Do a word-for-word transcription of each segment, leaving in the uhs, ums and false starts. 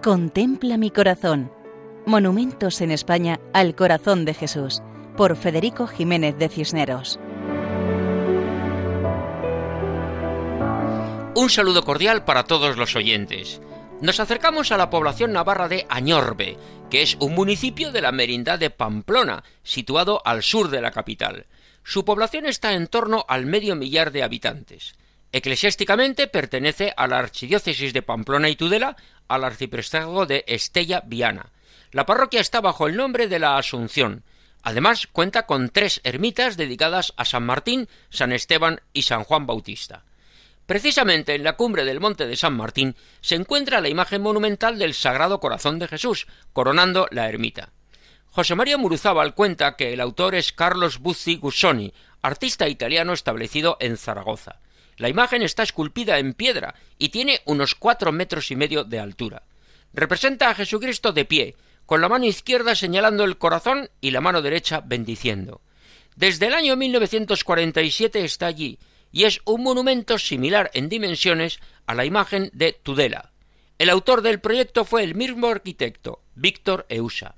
Contempla mi corazón. Monumentos en España al corazón de Jesús, por Federico Jiménez de Cisneros. Un saludo cordial para todos los oyentes. Nos acercamos a la población navarra de Añorbe, que es un municipio de la merindad de Pamplona, situado al sur de la capital. Su población está en torno al medio millar de habitantes. Eclesiásticamente pertenece a la archidiócesis de Pamplona y Tudela, al arciprestazgo de Estella-Viana. La parroquia está bajo el nombre de la Asunción. Además, cuenta con tres ermitas dedicadas a San Martín, San Esteban y San Juan Bautista. Precisamente en la cumbre del monte de San Martín se encuentra la imagen monumental del Sagrado Corazón de Jesús, coronando la ermita. José María Muruzábal cuenta que el autor es Carlos Buzzi Gussoni, artista italiano establecido en Zaragoza. La imagen está esculpida en piedra y tiene unos cuatro metros y medio de altura. Representa a Jesucristo de pie, con la mano izquierda señalando el corazón y la mano derecha bendiciendo. Desde el año mil novecientos cuarenta y siete está allí, y es un monumento similar en dimensiones a la imagen de Tudela. El autor del proyecto fue el mismo arquitecto, Víctor Eusa.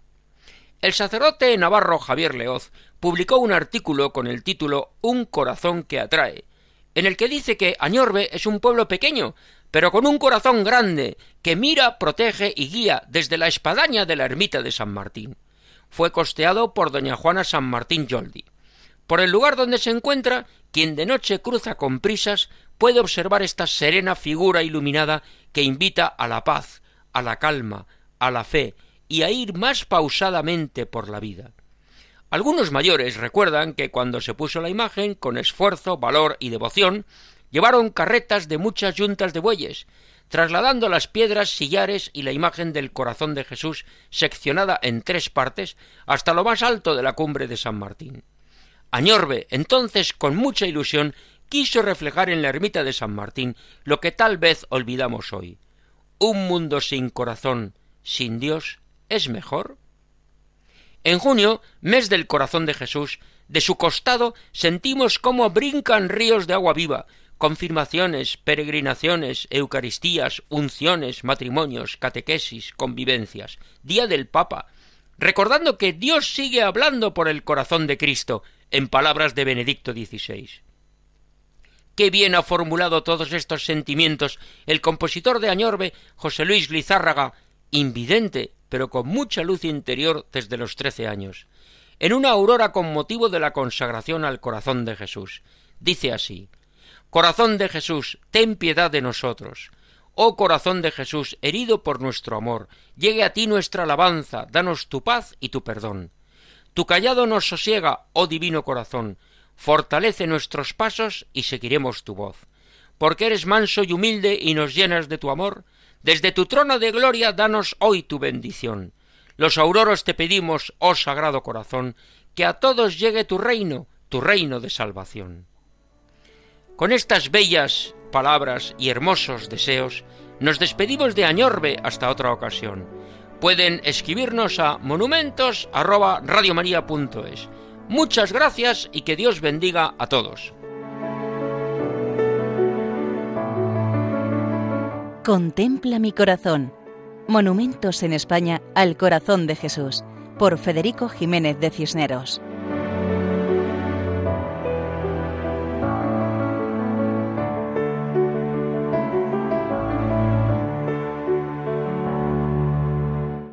El sacerdote navarro Javier Leoz publicó un artículo con el título Un corazón que atrae, en el que dice que Añorbe es un pueblo pequeño, pero con un corazón grande, que mira, protege y guía desde la espadaña de la ermita de San Martín. Fue costeado por doña Juana San Martín Yoldi. Por el lugar donde se encuentra, quien de noche cruza con prisas puede observar esta serena figura iluminada que invita a la paz, a la calma, a la fe y a ir más pausadamente por la vida. Algunos mayores recuerdan que cuando se puso la imagen, con esfuerzo, valor y devoción, llevaron carretas de muchas yuntas de bueyes, trasladando las piedras, sillares y la imagen del corazón de Jesús seccionada en tres partes hasta lo más alto de la cumbre de San Martín. Añorbe, entonces, con mucha ilusión, quiso reflejar en la ermita de San Martín lo que tal vez olvidamos hoy. ¿Un mundo sin corazón, sin Dios, es mejor? En junio, mes del corazón de Jesús, de su costado sentimos cómo brincan ríos de agua viva, confirmaciones, peregrinaciones, eucaristías, unciones, matrimonios, catequesis, convivencias, día del Papa, recordando que Dios sigue hablando por el corazón de Cristo, en palabras de Benedicto dieciséis. Qué bien ha formulado todos estos sentimientos el compositor de Añorbe, José Luis Lizárraga, invidente, pero con mucha luz interior desde los trece años, en una aurora con motivo de la consagración al corazón de Jesús. Dice así: Corazón de Jesús, ten piedad de nosotros. Oh corazón de Jesús, herido por nuestro amor, llegue a ti nuestra alabanza, danos tu paz y tu perdón. Tu callado nos sosiega, oh divino corazón, fortalece nuestros pasos y seguiremos tu voz. Porque eres manso y humilde y nos llenas de tu amor, desde tu trono de gloria danos hoy tu bendición. Los auroros te pedimos, oh sagrado corazón, que a todos llegue tu reino, tu reino de salvación. Con estas bellas palabras y hermosos deseos, nos despedimos de Añorbe hasta otra ocasión. Pueden escribirnos a monumentos arroba radiomaria punto es. Muchas gracias y que Dios bendiga a todos. Contempla mi corazón. Monumentos en España al corazón de Jesús, por Federico Jiménez de Cisneros.